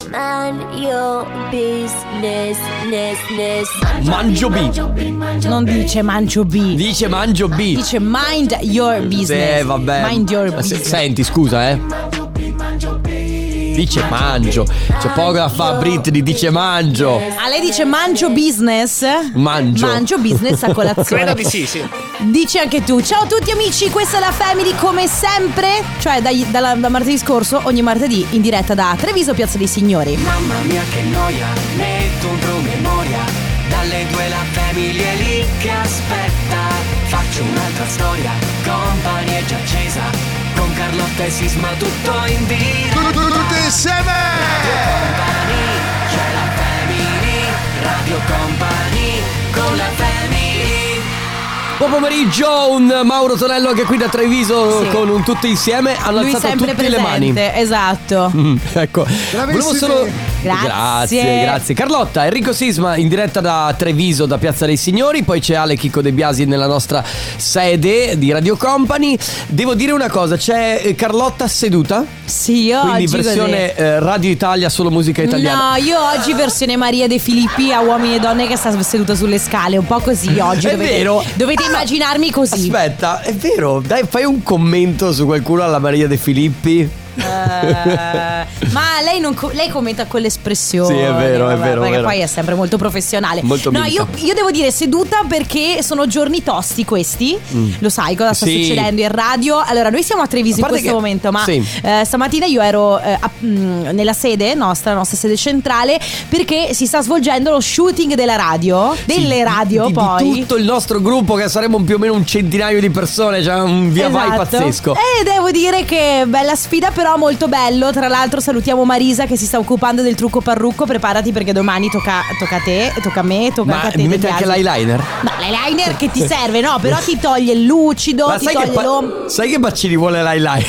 Mind your business. Mangio B. Non dice mangio B. Dice mangio B. Dice mind your business. Vabbè. Mind your business. Senti, scusa, Dice mangio. C'è poco da fa, Britney, dice mangio. A lei dice mangio business? Mangio business a colazione. Credo di sì. Dici anche tu. Ciao a tutti amici, questa è la Family come sempre. Cioè da martedì scorso, ogni martedì in diretta da Treviso, Piazza dei Signori. Mamma mia che noia, metto un promemoria. Dalle 2 la Family è lì che aspetta. Faccio un'altra storia, Company è già accesa. Con Carlotta e Sisma tutto in diretta. Tutti insieme! Radio Company, c'è la Family. Radio Company, con la Family. Buon pomeriggio, un Mauro Tonello anche qui da Treviso, sì. Con un tutti insieme. Hanno lui alzato sempre tutte presente, le mani. Esatto. Ecco. Volevo solo... Grazie. Carlotta, Enrico Sisma in diretta da Treviso, da Piazza dei Signori. Poi c'è Ale Chicco De Biasi nella nostra sede di Radio Company. Devo dire una cosa, c'è Carlotta seduta? Sì, io quindi oggi versione Radio Italia, solo musica italiana. No, io oggi versione Maria De Filippi a Uomini e Donne che sta seduta sulle scale. Un po' così oggi. È vero. Dovete immaginarmi così. Aspetta, è vero. Dai, fai un commento su qualcuno alla Maria De Filippi. Ma lei commenta con l'espressione. Sì, è vero, perché vero. poi è sempre molto professionale. Molto no, io devo dire seduta perché sono giorni tosti questi. Lo sai cosa sta succedendo in radio? Allora, noi siamo a Treviso in questo momento, ma stamattina io ero nella sede nostra sede centrale, perché si sta svolgendo lo shooting della radio, delle radio di tutto il nostro gruppo, che saremo più o meno un centinaio di persone, cioè un via vai pazzesco. E devo dire che bella sfida, però molto bello. Tra l'altro salutiamo Marisa che si sta occupando del trucco parrucco. Preparati perché domani tocca a te, tocca a me, tocca a te. Ma mi metti anche l'eyeliner? No, l'eyeliner che ti serve, no, però ti toglie il lucido, ma ti toglie l'ombra. Sai che Baccini vuole l'eyeliner?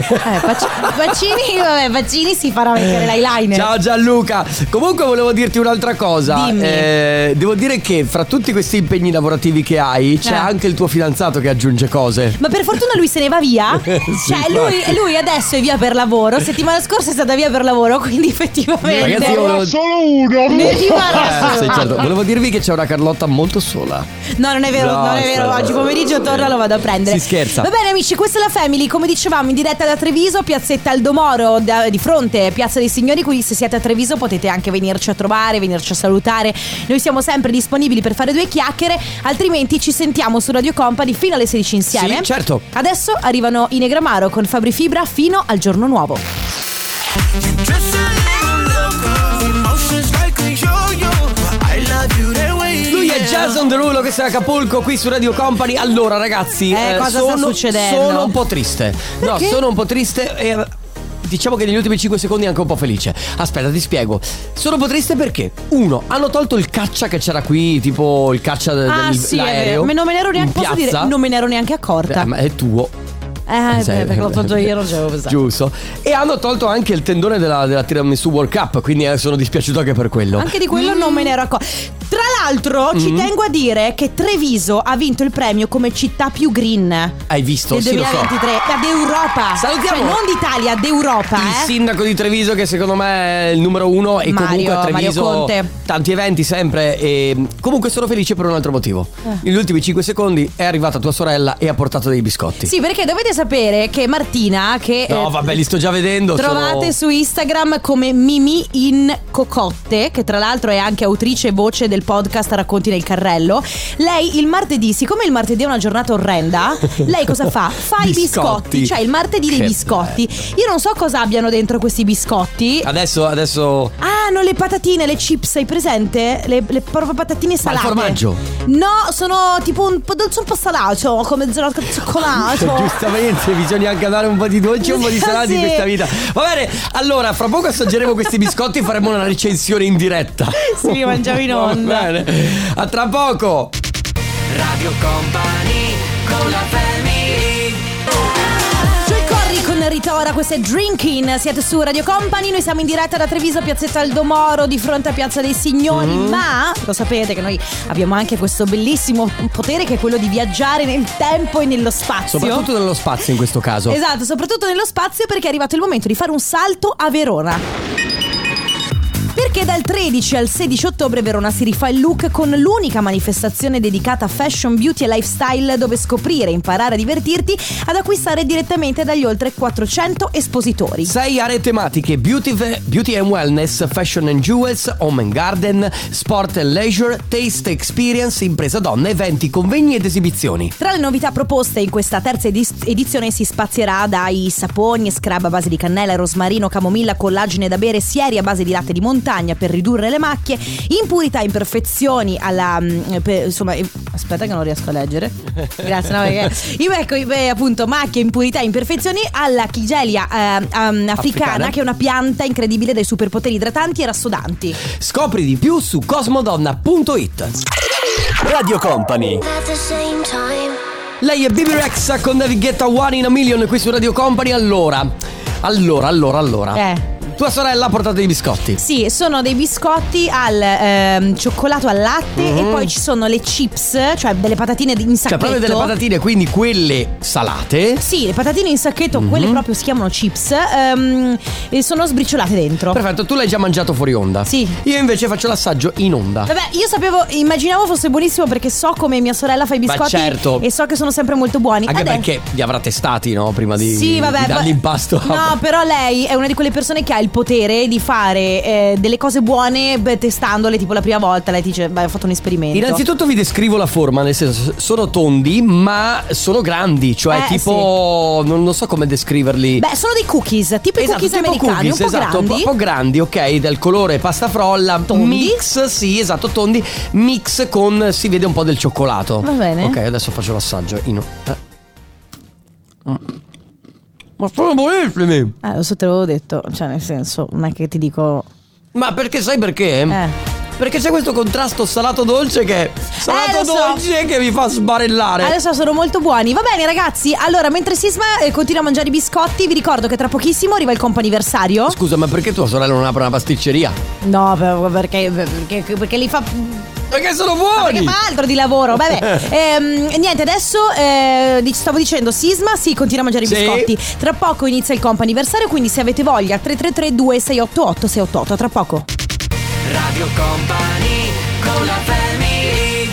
Baccini si farà mettere l'eyeliner. Ciao Gianluca. Comunque volevo dirti un'altra cosa. Dimmi. Devo dire che fra tutti questi impegni lavorativi che hai c'è anche il tuo fidanzato che aggiunge cose. Ma per fortuna lui se ne va via. Sì, cioè lui adesso è via per lavoro. Settimana scorsa è stata via per lavoro, quindi effettivamente ragazzi, io solo uno. sì, certo. Volevo dirvi che c'è una Carlotta molto sola. No, non è vero, non è vero. Oggi pomeriggio torna, lo vado a prendere. Si scherza. Va bene amici, questa è la Family, come dicevamo, in diretta da Treviso, piazzetta Aldomoro, di fronte Piazza dei Signori. Quindi se siete a Treviso potete anche venirci a trovare, venirci a salutare. Noi siamo sempre disponibili per fare due chiacchiere, altrimenti ci sentiamo su Radio Company fino alle 16 insieme. Sì, certo. Adesso arrivano i Negramaro con Fabri Fibra fino al giorno nuovo. Lui è Jason Derulo, che è Acapulco qui su Radio Company. Allora ragazzi, cosa sta succedendo? Sono un po' triste. Perché? No, sono un po' triste e diciamo che negli ultimi 5 secondi anche un po' felice. Aspetta, ti spiego. Sono un po' triste perché hanno tolto il caccia che c'era qui, tipo il caccia dell'aereo. Non me ne ero neanche, posso dire, non me ne ero neanche accorta. Ma è tuo. Perché l'ho tolto io, non ci avevo pensato. Giusto. E hanno tolto anche il tendone della Tiramisu World Cup, quindi sono dispiaciuto anche per quello. Anche di quello non me ne ero accorta. Tra l'altro ci tengo a dire che Treviso ha vinto il premio come città più green. Hai visto? Del 2023 d'Europa. Salutiamo, cioè non d'Italia, d'Europa. Il sindaco di Treviso, che secondo me è il numero uno. E comunque a Treviso Mario Conte. Tanti eventi sempre. E comunque sono felice per un altro motivo. Negli ultimi 5 secondi è arrivata tua sorella e ha portato dei biscotti. Sì, perché dovete sapere che Martina, che no vabbè, li sto già vedendo. Trovate su Instagram come Mimi in Cocotte, che tra l'altro è anche autrice e voce del podcast Racconti nel carrello. Lei il martedì, siccome il martedì è una giornata orrenda, lei cosa fa? Fa i biscotti, cioè il martedì dei biscotti. Io non so cosa abbiano dentro questi biscotti. Adesso hanno le patatine, le chips, hai presente? Le proprio patatine salate. Ma il formaggio? No, sono tipo un po' dolce, un po' salato, come gelato al cioccolato. Giustamente, bisogna anche dare un po' di dolce e un po' di salato in questa vita. Va bene, allora fra poco assaggeremo questi biscotti e faremo una recensione in diretta. Sì, li mangiamo in onda. Va bene, a tra poco. Radio Company con la Family. Con Rita Ora, questo è Drinking. Siete su Radio Company, noi siamo in diretta da Treviso, piazzetta Aldomoro, di fronte a Piazza dei Signori. Ma lo sapete che noi abbiamo anche questo bellissimo potere, che è quello di viaggiare nel tempo e nello spazio. Soprattutto nello spazio in questo caso. Esatto, soprattutto nello spazio, perché è arrivato il momento di fare un salto a Verona. Dal 13 al 16 ottobre Verona si rifà il look con l'unica manifestazione dedicata a fashion, beauty e lifestyle, dove scoprire, imparare a divertirti ad acquistare direttamente dagli oltre 400 espositori. 6 aree tematiche: beauty and wellness, fashion and jewels, home and garden, sport and leisure, taste experience, impresa donna, eventi, convegni ed esibizioni. Tra le novità proposte in questa terza edizione si spazierà dai saponi e scrub a base di cannella, rosmarino, camomilla, collagene da bere, sieri a base di latte di montagna per ridurre le macchie, impurità, imperfezioni alla insomma, aspetta che non riesco a leggere. Grazie, no, perché appunto macchie, impurità, imperfezioni, alla Kigelia africana, che è una pianta incredibile dai superpoteri idratanti e rassodanti. Scopri di più su cosmodonna.it. Radio Company. Lei è Bibi Rexha con David Guetta, One in a Million, qui su Radio Company. Allora. Tua sorella ha portato dei biscotti. Sì, sono dei biscotti al cioccolato al latte e poi ci sono le chips, cioè delle patatine in sacchetto. Cioè proprio delle patatine, quindi quelle salate. Sì, le patatine in sacchetto, quelle proprio si chiamano chips, e sono sbriciolate dentro. Perfetto, tu l'hai già mangiato fuori onda. Sì. Io invece faccio l'assaggio in onda. Vabbè, immaginavo fosse buonissimo perché so come mia sorella fa i biscotti. Ma certo. E so che sono sempre molto buoni. Anche perché li avrà testati, no? Prima di dargli in pasto. No, però lei è una di quelle persone che ha il potere di fare delle cose buone testandole, tipo la prima volta lei dice ho fatto un esperimento. Innanzitutto vi descrivo la forma, nel senso sono tondi ma sono grandi, cioè tipo sì. non so come descriverli. Beh, sono dei cookies, tipo i cookies americani, un po' grandi. Un po' grandi, ok, del colore pasta frolla, tondi. Mix, sì, esatto, tondi, mix con, si vede un po' del cioccolato. Va bene. Ok, adesso faccio l'assaggio. Ma sono buonissimi! Lo so, te l'avevo detto, cioè nel senso, non è che ti dico. Ma perché sai perché? Perché c'è questo contrasto salato-dolce che che mi fa sbarellare. Adesso sono molto buoni. Va bene ragazzi, allora mentre Sisma continua a mangiare i biscotti, vi ricordo che tra pochissimo arriva il comp'anniversario. Scusa, ma perché tua sorella non apre una pasticceria? No, perché li fa... Perché sono buoni! Ma fa altro di lavoro, vabbè. Niente, adesso stavo dicendo, Sisma continua a mangiare i biscotti. Tra poco inizia il comp'anniversario, quindi se avete voglia 333 2688 688. Tra poco Radio Company con la family.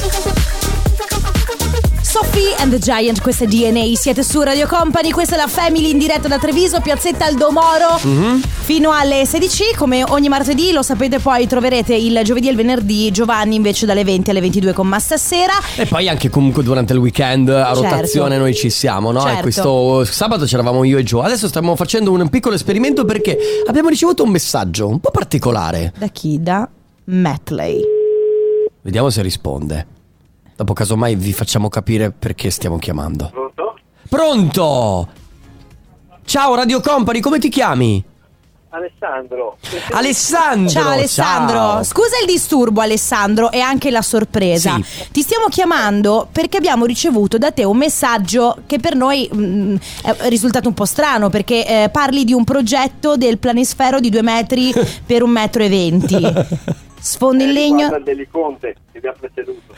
Sophie and the Giant, questa è DNA. Siete su Radio Company, questa è la Family in diretta da Treviso, piazzetta Aldomoro, fino alle 16. Come ogni martedì, lo sapete, poi troverete il giovedì e il venerdì Giovanni invece dalle 20 alle 22 con Massa Sera. E poi anche comunque durante il weekend a rotazione noi ci siamo, no? Certo. E questo sabato c'eravamo io e Gio. Adesso stiamo facendo un piccolo esperimento perché abbiamo ricevuto un messaggio un po' particolare. Da chi? Da Matley. Vediamo se risponde. Dopo casomai vi facciamo capire perché stiamo chiamando. Pronto? Ciao Radio Company, come ti chiami? Alessandro. Ciao Alessandro. Ciao. Scusa il disturbo Alessandro e anche la sorpresa. Sì. Ti stiamo chiamando perché abbiamo ricevuto da te un messaggio che per noi è risultato un po' strano, perché parli di un progetto del planisfero di 2 metri per 1,20 m. Sfondi il legno. Guarda il Deliconte che vi ha preceduto.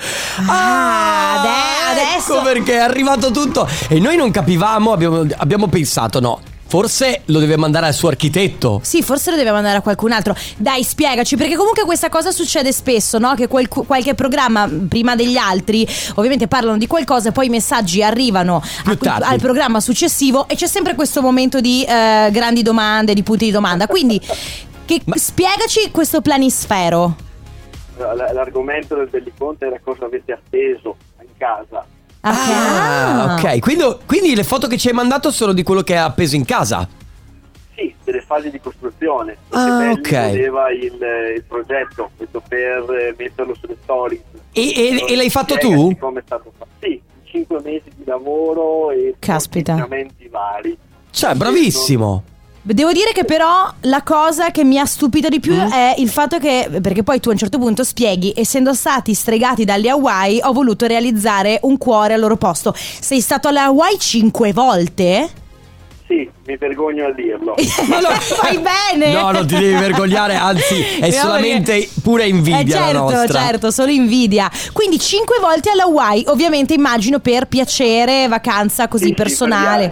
Adesso. Ecco perché è arrivato tutto. E noi non capivamo, abbiamo pensato, no, forse lo deve mandare al suo architetto. Sì, forse lo deve mandare a qualcun altro. Dai, spiegaci, perché comunque questa cosa succede spesso, no? Che qualche programma prima degli altri ovviamente parlano di qualcosa e poi i messaggi arrivano al programma successivo e c'è sempre questo momento di grandi domande, di punti di domanda. Quindi spiegaci questo planisfero. L'argomento del Deliconte era cosa avete appeso in casa. Ok, quindi le foto che ci hai mandato sono di quello che è appeso in casa? Sì, delle fasi di costruzione. Ok. Vedeva il progetto, questo per metterlo sulle stories. E l'hai fatto tu? Come è stato fatto? Sì, 5 mesi di lavoro e finanziamenti vari. Cioè, bravissimo. Devo dire che però la cosa che mi ha stupito di più è il fatto che, perché poi tu a un certo punto spieghi, essendo stati stregati dalle Hawaii, ho voluto realizzare un cuore al loro posto. Sei stato alle Hawaii 5 volte? Sì, mi vergogno a dirlo. Fai bene. No, non ti devi vergognare, anzi è solamente pure invidia la nostra. Certo, solo invidia. Quindi 5 volte alle Hawaii, ovviamente immagino per piacere, vacanza così personale.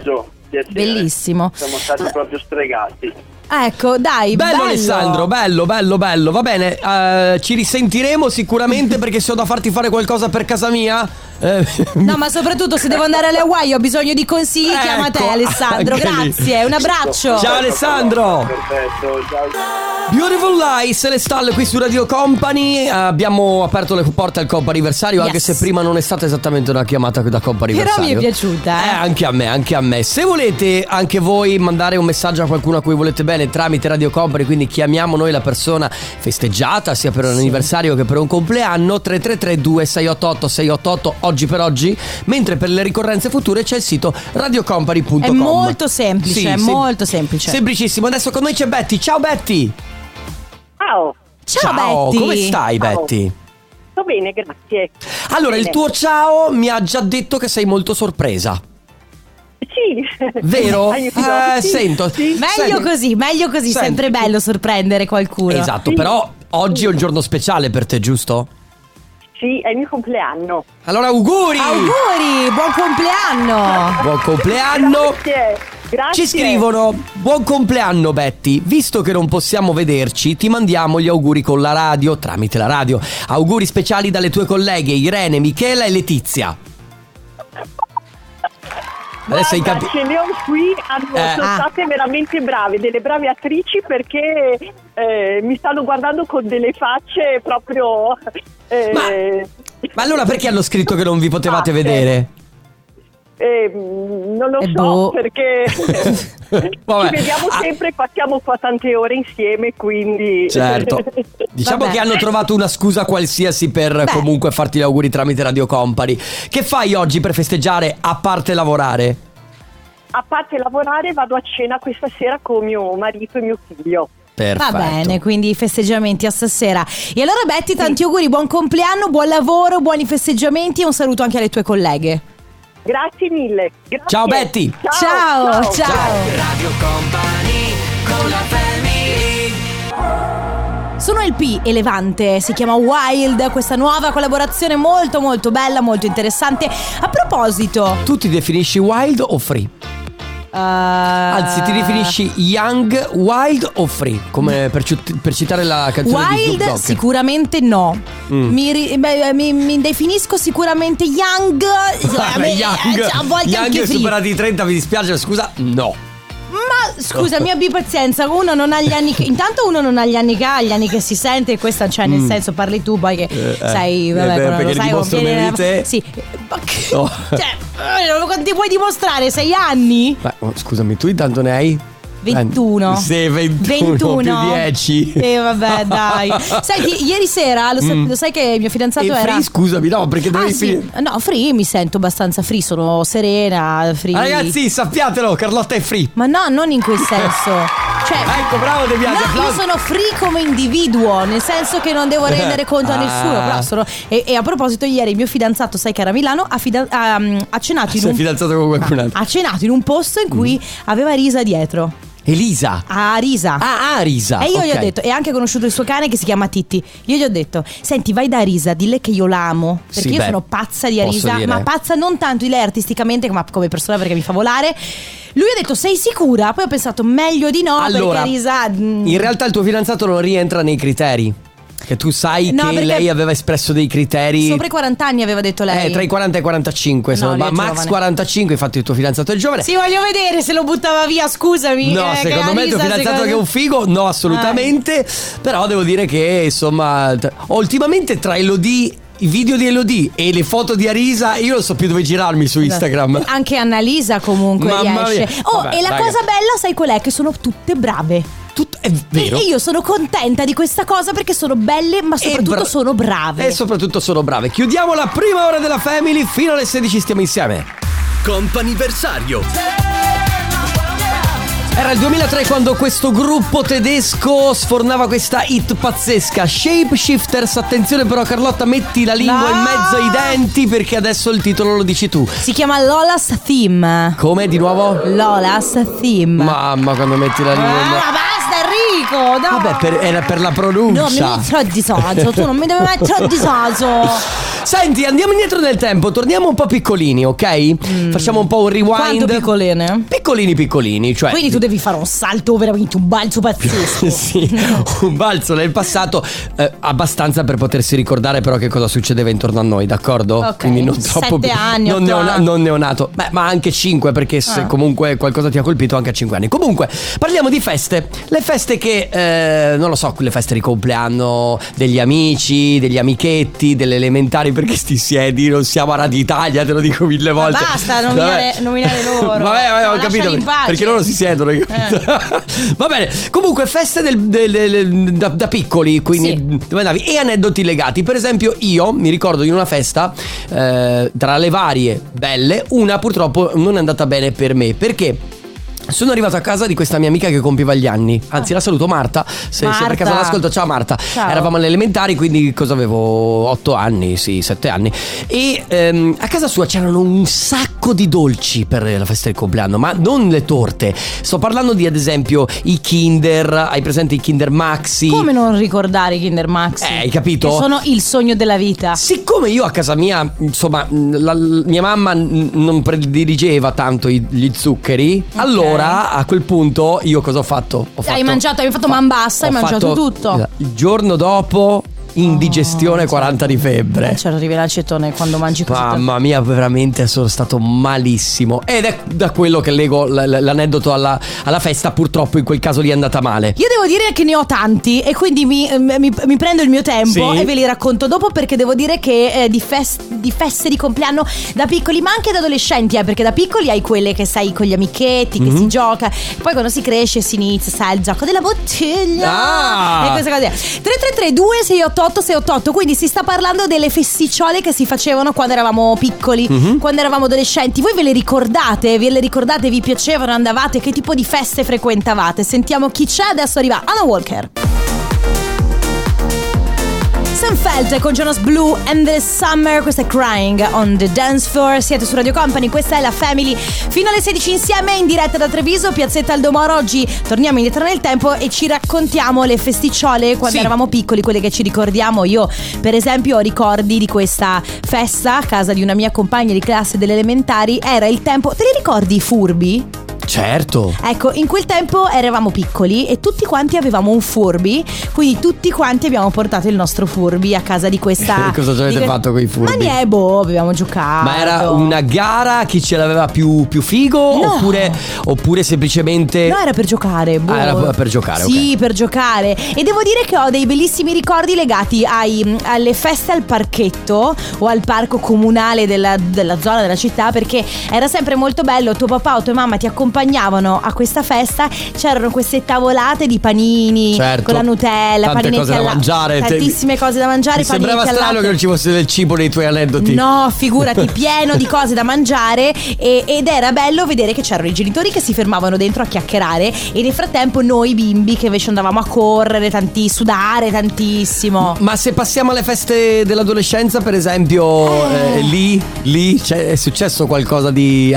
grazie. Bellissimo. Siamo stati proprio stregati. Ecco, dai, bello Alessandro, bello. Va bene, ci risentiremo sicuramente perché se ho da farti fare qualcosa per casa mia. No, ma soprattutto se devo andare alle Hawaii ho bisogno di consigli, chiama te Alessandro. Grazie, un abbraccio. Ciao Alessandro. Perfetto, ciao. Beautiful Lies, le stalle qui su Radio Company. Abbiamo aperto le porte al Coppa Anniversario, anche se prima non è stata esattamente una chiamata da Coppa Anniversario. Però mi è piaciuta. Anche a me. Se volete anche voi mandare un messaggio a qualcuno a cui volete bene tramite Radio Company, quindi chiamiamo noi la persona festeggiata sia per un anniversario che per un compleanno, 333-2688-688 oggi per oggi, mentre per le ricorrenze future c'è il sito radiocompany.com. È molto semplice, molto semplice. Semplicissimo. Adesso con noi c'è Betty. Ciao Betty. Ciao Betty. Come stai Betty? Sto bene, grazie. Allora, il tuo ciao mi ha già detto che sei molto sorpresa. Sì. Vero? Sì. Sento. Sì. Meglio così, Senti. sempre bello sorprendere qualcuno. Esatto, però oggi è un giorno speciale per te, giusto? Sì, è il mio compleanno. Allora auguri! Buon compleanno! Buon compleanno! Grazie. Ci scrivono: buon compleanno Betty, visto che non possiamo vederci ti mandiamo gli auguri con la radio, tramite la radio. Auguri speciali dalle tue colleghe Irene, Michela e Letizia. Adesso hai capito. Ce le ho qui, sono state veramente brave, delle brave attrici, perché mi stanno guardando con delle facce proprio Ma allora perché hanno scritto che non vi potevate vedere? Non lo so, perché Vabbè. ci vediamo sempre, passiamo qua tante ore insieme, quindi certo. Diciamo Vabbè. che hanno trovato una scusa qualsiasi per comunque farti gli auguri tramite Radio Company. Che fai oggi per festeggiare a parte lavorare? A parte lavorare vado a cena questa sera con mio marito e mio figlio. Perfetto. Va bene, quindi i festeggiamenti a stasera. E allora Betty, tanti auguri, buon compleanno, buon lavoro, buoni festeggiamenti e un saluto anche alle tue colleghe. Grazie mille. Grazie. Ciao Betty. Ciao. Radio Company con la family. Sono LP e Levante, si chiama Wild, questa nuova collaborazione molto molto bella, molto interessante. A proposito, Tu ti definisci wild o free? Anzi, ti definisci young, wild o free? Come per citare la canzone di Snoop Wild Dogg. sicuramente no. Mi definisco sicuramente young. A volte young anche free. superati i 30, mi dispiace, scusa, no. Ma scusami, abbi pazienza, uno non ha gli anni che... Intanto uno non ha gli anni che ha, gli anni che si sente. E questa, cioè, nel senso, parli tu poi che sai, vabbè, perché lo sai, dimostro merite. sì. Ma Oh. cioè, quanti puoi dimostrare? 6 anni? Beh, scusami, tu intanto ne hai? 21. Sì, 21 più 10. Vabbè, dai. Senti, ieri sera lo sai che il mio fidanzato E era free, scusami, no, perché dovevi finire. No, free, mi sento abbastanza free, sono serena, free. Ragazzi, sappiatelo, Carlotta è free. Ma no, non in quel senso. Cioè, Ecco, bravo De Biasi, no, io applausi. sono free come individuo, nel senso che non devo rendere conto a nessuno. Però sono. E a proposito, ieri il mio fidanzato, sai che era a Milano, ha cenato in Sei fidanzato con qualcun altro? ha cenato in un posto in cui aveva Risa dietro. Elisa. Risa. Risa. E io gli ho ok. detto, e anche conosciuto il suo cane che si chiama Titti. Io gli ho detto: senti, vai da Arisa, dille che io l'amo. Perché Sì, io beh, sono pazza di posso Arisa, dire. ma pazza non tanto di lei artisticamente, ma come persona, perché mi fa volare. Lui ha detto: sei sicura? Poi ho pensato meglio di no, Allora, perché Arisa in realtà il tuo fidanzato non rientra nei criteri. Che tu sai No, che perché lei aveva espresso dei criteri. sopra i 40 anni aveva detto lei. Tra i 40 e i 45, No, lui è max giovane. 45, infatti il tuo fidanzato è giovane. Sì, voglio vedere se lo buttava via, scusami. No, secondo me il tuo fidanzato che è un figo, no, assolutamente. Però devo dire che, insomma, ultimamente tra Elodie, i video di Elodie e le foto di Arisa, io non so più dove girarmi su Instagram. Anche Annalisa comunque Mamma riesce. mia. Oh, Vabbè, e la raga. cosa bella, sai qual è? Che sono tutte brave. È vero. E io sono contenta di questa cosa perché sono belle, ma soprattutto sono brave. E soprattutto sono brave. Chiudiamo la prima ora della Family. Fino alle 16 stiamo insieme. Comp'anniversario. Era il 2003 quando questo gruppo tedesco sfornava questa hit pazzesca, Shapeshifters. Attenzione però, Carlotta, metti la lingua No! in mezzo ai denti perché adesso il titolo lo dici tu. Si chiama Lola's Theme. Come di nuovo? Lola's Theme. Mamma, quando metti la lingua in mezzo. Basta dico, no. Vabbè, era per la pronuncia. No, mi metto a disagio, tu non mi devi mettere a disagio. Senti, andiamo indietro nel tempo, torniamo un po' piccolini, ok? Facciamo un po' un rewind. Quanto piccoline? Piccolini, cioè. Quindi tu devi fare un salto, veramente un balzo pazzesco. Sì, un balzo nel passato, abbastanza per potersi ricordare però che cosa succedeva intorno a noi, d'accordo? Ok. Quindi non troppo 7 anni, non 8 anni. non neonato. Beh, ma anche 5, perché se comunque qualcosa ti ha colpito anche a 5 anni. Comunque, parliamo di feste. Le feste che, non lo so, le feste di compleanno degli amici, degli amichetti, delle elementari. Perché sti siedi, non siamo a Radio Italia, te lo dico 1000 volte. Ma basta nominare loro. Vabbè, ho capito. Perché loro si siedono. Va bene. Comunque, feste da piccoli, quindi dove andavi? E aneddoti legati. Per esempio, io mi ricordo di una festa, tra le varie belle, una purtroppo non è andata bene per me. Perché? Sono arrivato a casa di questa mia amica che compiva gli anni. Anzi, la saluto, Marta. Se per caso l'ascolto, ciao Marta. Ciao. Eravamo alle elementari, quindi cosa avevo? 8 anni, sì, 7 anni. E a casa sua c'erano un sacco di dolci per la festa del compleanno, ma non le torte. Sto parlando di, ad esempio, i Kinder. Hai presente i Kinder Maxi? Come non ricordare i Kinder Maxi? Hai capito? Che sono il sogno della vita. Siccome io a casa mia, insomma, mia mamma non prediligeva tanto gli zuccheri, allora a quel punto io cosa ho fatto? Hai fatto man bassa, hai mangiato tutto. Il giorno dopo indigestione, 40 di febbre. C'era arriva l'acetone quando mangi così. Mamma mia, veramente sono stato malissimo. Ed è da quello che leggo l'aneddoto alla festa. Purtroppo in quel caso lì è andata male. Io devo dire che ne ho tanti e quindi mi prendo il mio tempo e ve li racconto dopo, perché devo dire che di feste di compleanno da piccoli, ma anche da adolescenti, perché da piccoli hai quelle che sai con gli amichetti, che si gioca, poi quando si cresce si inizia, sai, il gioco della bottiglia e queste cose. 3332 688 688. Quindi si sta parlando delle festicciole che si facevano quando eravamo piccoli, quando eravamo adolescenti. Voi ve le ricordate? Vi piacevano? Andavate? Che tipo di feste frequentavate? Sentiamo chi c'è. Adesso arriva Anna Walker, Sam Felt con Jonas Blue and the Summer. Questa è Crying on the Dance Floor. Siete su Radio Company, questa è la Family. Fino alle 16 insieme in diretta da Treviso, Piazzetta Aldomoro. Oggi torniamo indietro nel tempo e ci raccontiamo le festicciole quando eravamo piccoli, quelle che ci ricordiamo. Io per esempio ho ricordi di questa festa a casa di una mia compagna di classe delle elementari. Era il tempo, te li ricordi i Furbi? Certo. Ecco, in quel tempo eravamo piccoli e tutti quanti avevamo un Furby. Quindi tutti quanti abbiamo portato il nostro Furby a casa di questa. Cosa ci avete fatto con i Furby? Ma niente, abbiamo giocato. Ma era una gara chi ce l'aveva più figo? No. Oppure semplicemente. No, era per giocare. Era per giocare. Sì, per giocare. E devo dire che ho dei bellissimi ricordi legati alle feste al parchetto o al parco comunale della zona della città, perché era sempre molto bello. Tuo papà o tua mamma ti accompagnavano a questa festa. C'erano queste tavolate di panini, con la Nutella, tante paninetti cose da mangiare, tantissime cose da mangiare. Mi sembrava strano che non ci fosse del cibo nei tuoi aneddoti. No, figurati, pieno di cose da mangiare. Ed era bello vedere che c'erano i genitori che si fermavano dentro a chiacchierare e nel frattempo noi bimbi che invece andavamo a correre sudare tantissimo. Ma se passiamo alle feste dell'adolescenza, per esempio, lì è successo qualcosa di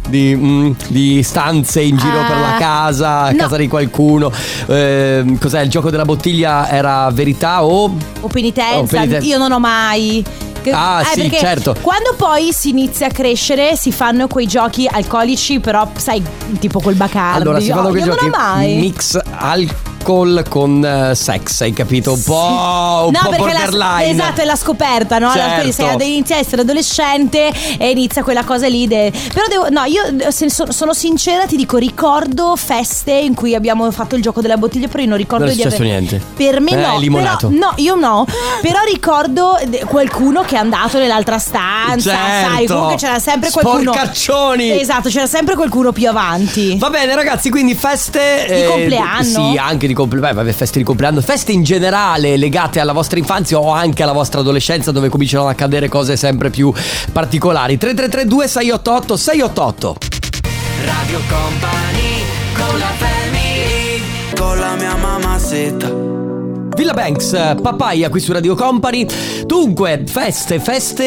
stanze in giro per la casa, a casa di qualcuno. Cos'è? Il gioco della bottiglia era verità o penitenza? Io non ho mai. Sì, certo. Quando poi si inizia a crescere si fanno quei giochi alcolici, però sai, tipo col Bacardi. Allora si fanno quei giochi non ho mai. mix alcol con sex, hai capito? Un po' borderline. Esatto, è la scoperta, no? Certo. Inizia a essere adolescente e inizia quella cosa lì però io sono sincera, ti dico, ricordo feste in cui abbiamo fatto il gioco della bottiglia, però io non ricordo di aver. Non è successo niente. Per me no. Limonato. Però, no, io no. Però ricordo qualcuno che è andato nell'altra stanza. Certo. Sai, comunque c'era sempre qualcuno. Sporcaccioni. Esatto, c'era sempre qualcuno più avanti. Va bene, ragazzi, quindi feste di compleanno. Sì, anche di compleanno. Feste di compleanno, feste in generale legate alla vostra infanzia o anche alla vostra adolescenza, dove cominciano a accadere cose sempre più particolari. 3332 688 688. Radio Company con la Family, con la mia mamacetta. Vi Cilla Banks, Papaya qui su Radio Company. Dunque, feste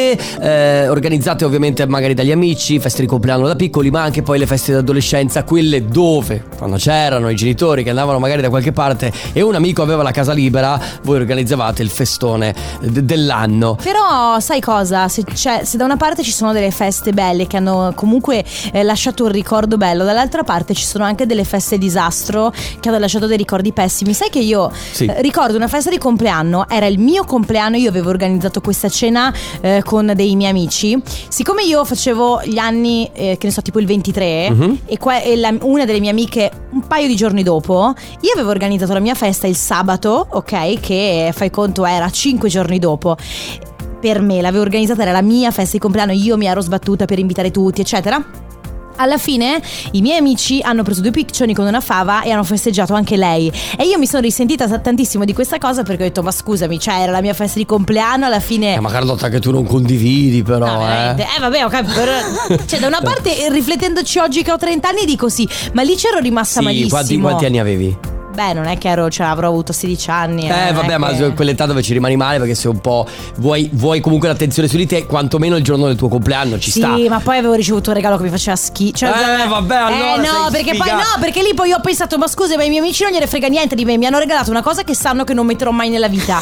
organizzate ovviamente magari dagli amici, feste di compleanno da piccoli, ma anche poi le feste d'adolescenza, quelle dove quando c'erano i genitori che andavano magari da qualche parte e un amico aveva la casa libera, voi organizzavate il festone dell'anno. Però sai cosa? Se da una parte ci sono delle feste belle che hanno comunque lasciato un ricordo bello, dall'altra parte ci sono anche delle feste disastro che hanno lasciato dei ricordi pessimi. Sai che io ricordo una festa di compleanno, era il mio compleanno, io avevo organizzato questa cena con dei miei amici. Siccome io facevo gli anni che ne so, tipo il 23 e una delle mie amiche un paio di giorni dopo, io avevo organizzato la mia festa il sabato, ok, che fai conto era 5 giorni dopo. Per me l'avevo organizzata, era la mia festa di compleanno, io mi ero sbattuta per invitare tutti eccetera. Alla fine i miei amici hanno preso 2 piccioni con una fava e hanno festeggiato anche lei. E io mi sono risentita tantissimo di questa cosa, perché ho detto: ma scusami, cioè era la mia festa di compleanno, alla fine ma Carlotta, che tu non condividi però vabbè, ok, cioè da una parte riflettendoci oggi che ho 30 anni dico sì, ma lì c'ero rimasta malissimo. Quanti anni avevi? Beh, non è che avrò avuto 16 anni. Vabbè, ma quell'età dove ci rimani male, perché se un po' vuoi comunque l'attenzione su di te, quantomeno il giorno del tuo compleanno ci sta. Sì, ma poi avevo ricevuto un regalo che mi faceva schifo. Vabbè, allora no, perché poi no, perché lì poi ho pensato: ma scusa, ma i miei amici non gliene frega niente di me, mi hanno regalato una cosa che sanno che non metterò mai nella vita.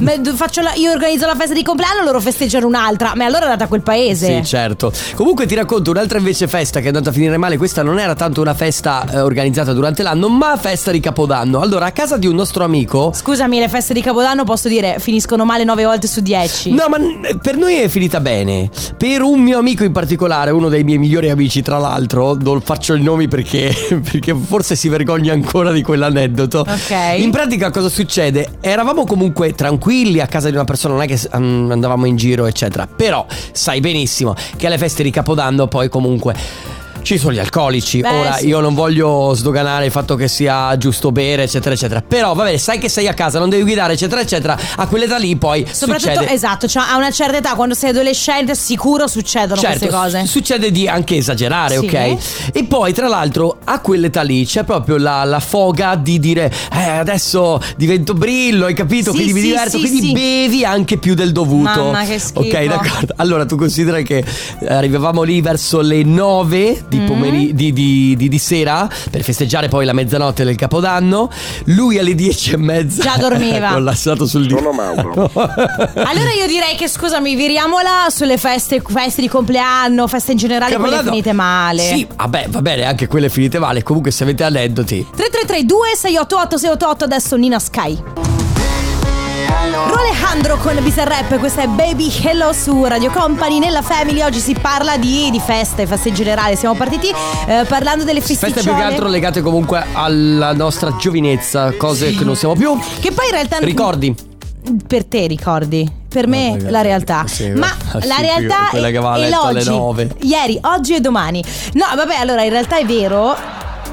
Io organizzo la festa di compleanno, loro festeggiano un'altra. Ma allora è andata a quel paese. Sì, certo. Comunque ti racconto un'altra invece festa che è andata a finire male. Questa non era tanto una festa organizzata durante l'anno, ma festa di Capodanno. Allora, a casa di un nostro amico. Scusami, le feste di Capodanno posso dire finiscono male 9 volte su 10. No, ma per noi è finita bene. Per un mio amico in particolare, uno dei miei migliori amici, tra l'altro, non faccio i nomi perché forse si vergogna ancora di quell'aneddoto. Ok. In pratica cosa succede? Eravamo comunque tranquilli a casa di una persona, non è che andavamo in giro eccetera. Però sai benissimo che alle feste di Capodanno poi comunque ci sono gli alcolici. Ora sì, io non voglio sdoganare il fatto che sia giusto bere eccetera eccetera, però vabbè, sai che sei a casa, non devi guidare eccetera eccetera. A quell'età lì poi soprattutto succede, esatto, cioè a una certa età, quando sei adolescente, sicuro succedono queste cose. Succede di anche esagerare, sì, ok? E poi tra l'altro a quell'età lì c'è proprio la foga di dire adesso divento brillo, hai capito? Sì, quindi mi diverto, quindi bevi anche più del dovuto. Mamma, che schifo. Ok, d'accordo. Allora tu considera che arrivavamo lì verso le 9 di sera per festeggiare poi la mezzanotte del Capodanno. Lui alle 10:30 già dormiva, collassato sul divano. Allora io direi che, scusami, viriamola sulle feste di compleanno, feste in generale, quelle finite male. Sì, vabbè, va bene, anche quelle finite male. Comunque se avete aneddoti 333-2688-688. Adesso Nina Sky, Alejandro con Bizarrap. Questa è Baby Hello su Radio Company. Nella Family oggi si parla di feste in generale. Siamo partiti parlando delle festicciole. Feste più che altro legate comunque alla nostra giovinezza, cose che non siamo più. Che poi in realtà ricordi. Per te ricordi, per me la realtà. Sì, ma la realtà quella che va a è letto alle l'oggi, 9. ieri, oggi e domani. No, vabbè, allora in realtà è vero.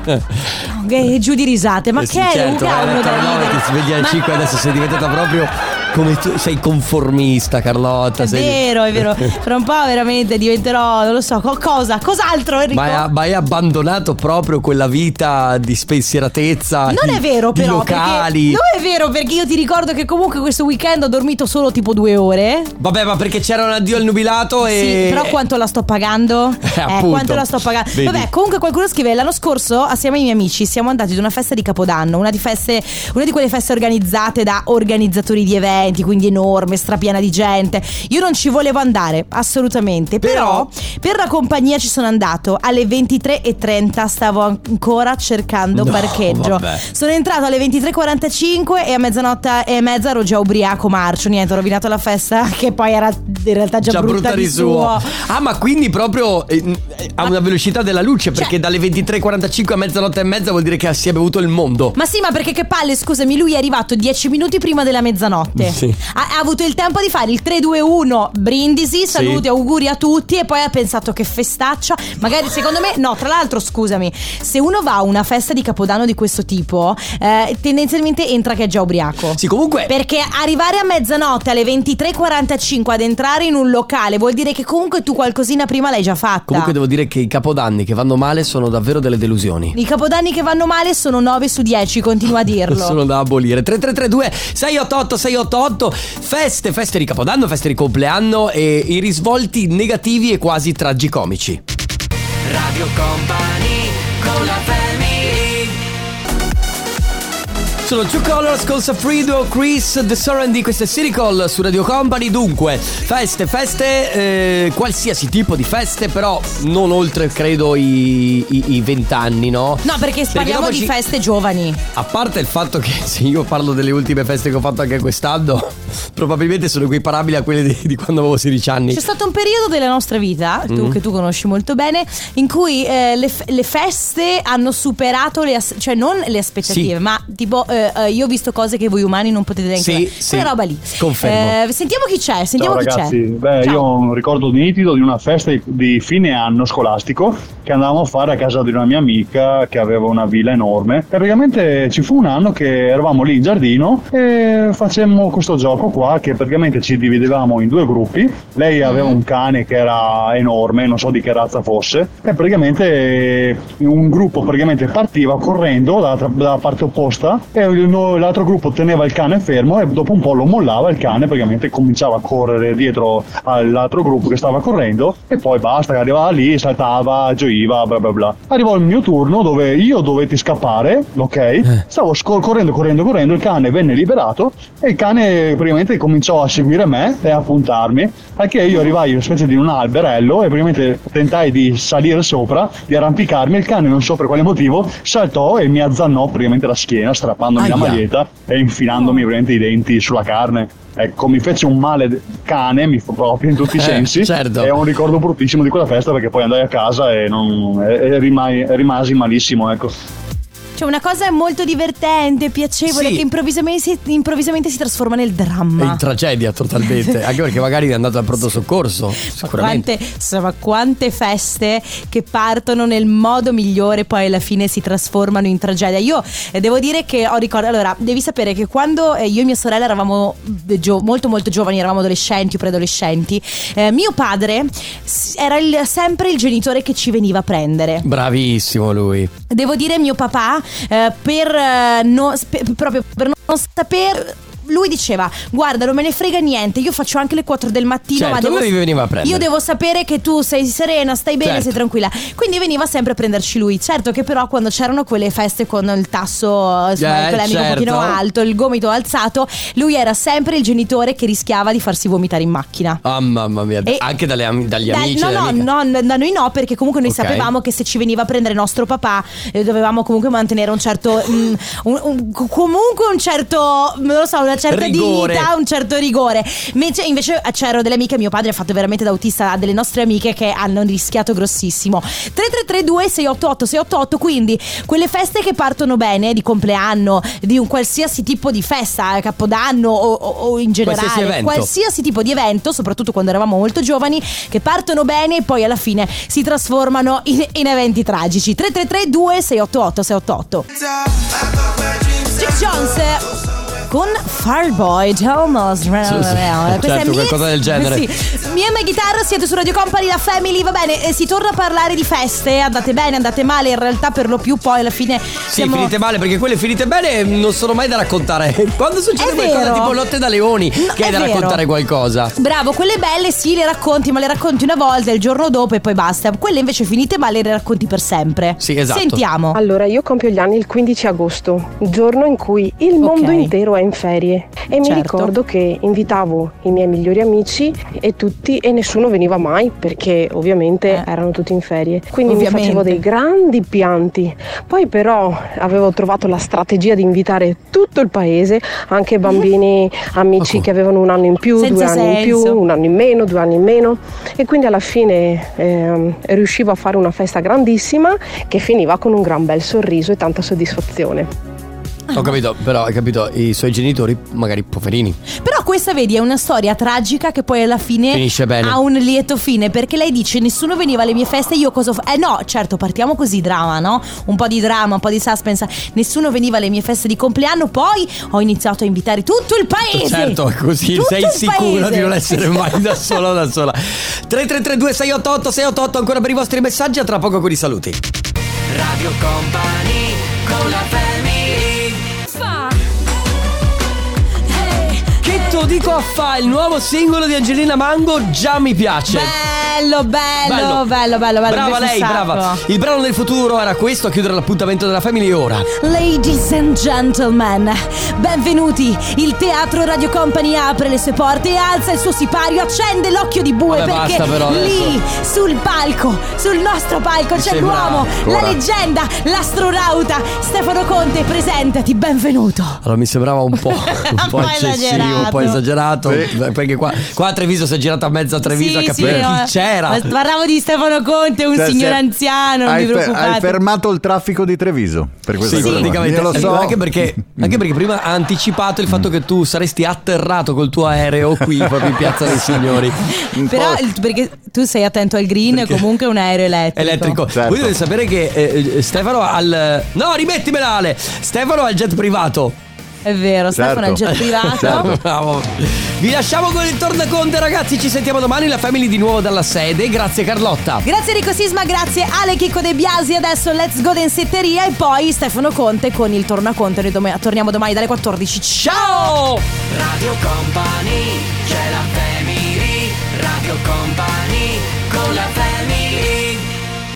Giù di risate, ma che è un calmo da ridere. Ti svegli alle 5, adesso sei diventata proprio come tu, sei conformista, Carlotta. È vero. Fra un po' veramente diventerò, non lo so, cos'altro, Enrico? Ma hai abbandonato proprio quella vita di spensieratezza. Non è vero, di però, locali. Non è vero, perché io ti ricordo che comunque questo weekend ho dormito solo tipo 2 ore. Vabbè, ma perché c'era un addio al nubilato e... Sì, però quanto la sto pagando? Quanto la sto pagando? Vedi. Vabbè, comunque qualcuno scrive: l'anno scorso assieme ai miei amici siamo andati ad una festa di Capodanno, una di quelle feste organizzate da organizzatori di eventi, quindi enorme, strapiena di gente. Io non ci volevo andare assolutamente, però per la compagnia ci sono andato. Alle 23:30 stavo ancora cercando parcheggio. Vabbè. Sono entrato alle 23:45 e a mezzanotte e mezza ero già ubriaco marcio. Niente, ho rovinato la festa, che poi era in realtà già brutta di suo. Ah, ma quindi proprio a una velocità della luce, perché dalle 23:45 a mezzanotte e mezza vuol dire che si è bevuto il mondo. Ma sì, ma perché che palle, scusami, lui è arrivato 10 minuti prima della mezzanotte. Sì. Ha avuto il tempo di fare il 3-2-1 brindisi, saluti, auguri a tutti, e poi ha pensato che festaccia. Magari secondo me, no, tra l'altro scusami, se uno va a una festa di Capodanno di questo tipo, tendenzialmente entra che è già ubriaco. Sì, comunque, perché arrivare a mezzanotte alle 23:45 ad entrare in un locale vuol dire che comunque tu qualcosina prima l'hai già fatta. Comunque devo dire che i capodanni che vanno male sono davvero delle delusioni. I capodanni che vanno male sono 9 su 10, continua a dirlo. Sono da abolire. 3332 688 688. Feste di Capodanno, feste di compleanno e i risvolti negativi e quasi tragicomici. Radio Company con la family. Sono Two Colors con Safrido, Chris, The Serenity, questo è Circle su Radio Company. Dunque, feste, qualsiasi tipo di feste, però non oltre, credo, i 20 anni, no? No, perché parliamo di feste giovani. A parte il fatto che se io parlo delle ultime feste che ho fatto anche quest'anno, probabilmente sono equiparabili a quelle di quando avevo 16 anni. C'è stato un periodo della nostra vita, che tu conosci molto bene, in cui le feste hanno superato cioè non le aspettative, ma tipo io ho visto cose che voi umani non potete neanche quella roba lì. Confermo. Sentiamo chi c'è. Ciao ragazzi. Io ho un ricordo nitido di una festa di fine anno scolastico che andavamo a fare a casa di una mia amica che aveva una villa enorme, e praticamente ci fu un anno che eravamo lì in giardino e facemmo questo gioco qua, che praticamente ci dividevamo in 2 gruppi. Lei aveva un cane che era enorme, non so di che razza fosse, e praticamente un gruppo partiva correndo dalla parte opposta e l'altro gruppo teneva il cane fermo, e dopo un po' lo mollava il cane, praticamente cominciava a correre dietro all'altro gruppo che stava correndo, e poi basta, arrivava lì, saltava, gioiva, bla bla bla. Arrivò il mio turno dove io dovetti scappare, ok? Stavo correndo, il cane venne liberato e il cane praticamente cominciò a seguire me e a puntarmi, perché io arrivai in una specie di un alberello e praticamente tentai di salire sopra, di arrampicarmi. Il cane, non so per quale motivo, saltò e mi azzannò praticamente la schiena, strappandomi la maglietta e infilandomi praticamente i denti sulla carne. Ecco, mi fece un male cane, mi fu proprio in tutti i sensi. Certo. È un ricordo bruttissimo di quella festa, perché poi andai a casa e rimasi malissimo, ecco. Cioè una cosa molto divertente, piacevole, che improvvisamente si trasforma nel dramma. È in tragedia totalmente. Anche perché magari è andato al pronto soccorso, sicuramente. Quante feste che partono nel modo migliore poi alla fine si trasformano in tragedia. Io devo dire che ho ricordo. Allora, devi sapere che quando io e mia sorella eravamo molto molto giovani, eravamo adolescenti o preadolescenti, mio padre era sempre il genitore che ci veniva a prendere. Bravissimo lui. Devo dire, mio papà proprio per non saper, lui diceva: guarda, non me ne frega niente, io faccio anche le 4 del mattino, certo, ma veniva a prendere. Io devo sapere che tu sei serena, stai bene, sei tranquilla. Quindi veniva sempre a prenderci lui. Certo che però quando c'erano quelle feste con il tasso un pochino alto, il gomito alzato, lui era sempre il genitore che rischiava di farsi vomitare in macchina. Mamma mia. Anche dagli amici? No, da noi no, perché comunque noi sapevamo che se ci veniva a prendere nostro papà dovevamo comunque mantenere un certo comunque un certo, non lo so, una certa rigore. dignità, un certo rigore. Invece c'erano delle amiche, mio padre ha fatto veramente da autista a delle nostre amiche che hanno rischiato grossissimo. 3332 688 688. Quindi quelle feste che partono bene, di compleanno, di un qualsiasi tipo di festa, Capodanno o in generale qualsiasi tipo di evento, soprattutto quando eravamo molto giovani, che partono bene e poi alla fine si trasformano in eventi tragici. 3332 688 688. Jack Jones con Fireboy, Almost. Certo, qualcosa del genere. Mia Guitarra, siete su Radio Company, la Family. Va bene, si torna a parlare di feste. Andate bene, andate male. In realtà per lo più poi alla fine finite male, perché quelle finite bene non sono mai da raccontare. Quando succede qualcosa tipo Lotte da Leoni, che hai da raccontare qualcosa. Bravo, quelle belle le racconti, ma le racconti una volta, il giorno dopo e poi basta. Quelle invece finite male le racconti per sempre. Sì, esatto. Sentiamo. Allora, io compio gli anni il 15 agosto, giorno in cui il mondo intero è in ferie, e mi ricordo che invitavo i miei migliori amici e tutti, e nessuno veniva mai perché ovviamente erano tutti in ferie, quindi mi facevo dei grandi pianti. Poi però avevo trovato la strategia di invitare tutto il paese, anche bambini, amici che avevano un anno in più, 2 anni in più, un anno in meno, 2 anni in meno, e quindi alla fine riuscivo a fare una festa grandissima che finiva con un gran bel sorriso e tanta soddisfazione. Ho capito, però hai capito, i suoi genitori magari poverini. Però questa, vedi, è una storia tragica che poi alla fine finisce bene, ha un lieto fine, perché lei dice nessuno veniva alle mie feste, io cosa no, certo, partiamo così, drama, no? Un po' di drama, un po' di suspense. Nessuno veniva alle mie feste di compleanno, poi ho iniziato a invitare tutto il paese. Certo, così tutto sei sicuro di non essere mai da sola. 3332 688 688 ancora per i vostri messaggi, a tra poco con i saluti. Radio Company con la family. Che te lo dico a fa, il nuovo singolo di Angelina Mango già mi piace. Bello. Brava lei, brava. Il brano del futuro era questo a chiudere l'appuntamento della family ora. Ladies and gentlemen, benvenuti. Il teatro Radio Company apre le sue porte e alza il suo sipario, accende l'occhio di bue. Vabbè, perché basta però lì sul palco, sul nostro palco c'è l'uomo, la leggenda, l'astronauta Stefano Conte. Presentati, benvenuto. Allora mi sembrava un po' eccessivo, un po' esagerato, perché qua a Treviso si è girato a mezzo a Treviso a capire chi c'era. Parlavo di Stefano Conte, un signore anziano, non vi preoccupate. Hai fermato il traffico di Treviso per questa cosa. Praticamente lo so. Anche perché prima ha anticipato il fatto che tu saresti atterrato col tuo aereo qui proprio in Piazza dei Signori. Però perché tu sei attento al green, perché comunque è un aereo elettrico. Certo. Voi dovete sapere che Stefano no, rimettimela Ale. Stefano ha il jet privato. È vero, Stefano è il jet privato. Certo. Bravo. Vi lasciamo con il tornaconte, ragazzi. Ci sentiamo domani, la family di nuovo dalla sede. Grazie Carlotta. Grazie Enrico Sisma, grazie Ale Chicco De Biasi. Adesso Let's Go Densetteria e poi Stefano Conte con il tornaconte. Noi torniamo domani dalle 14. Ciao! Radio Company, c'è la family. Radio Company con la family.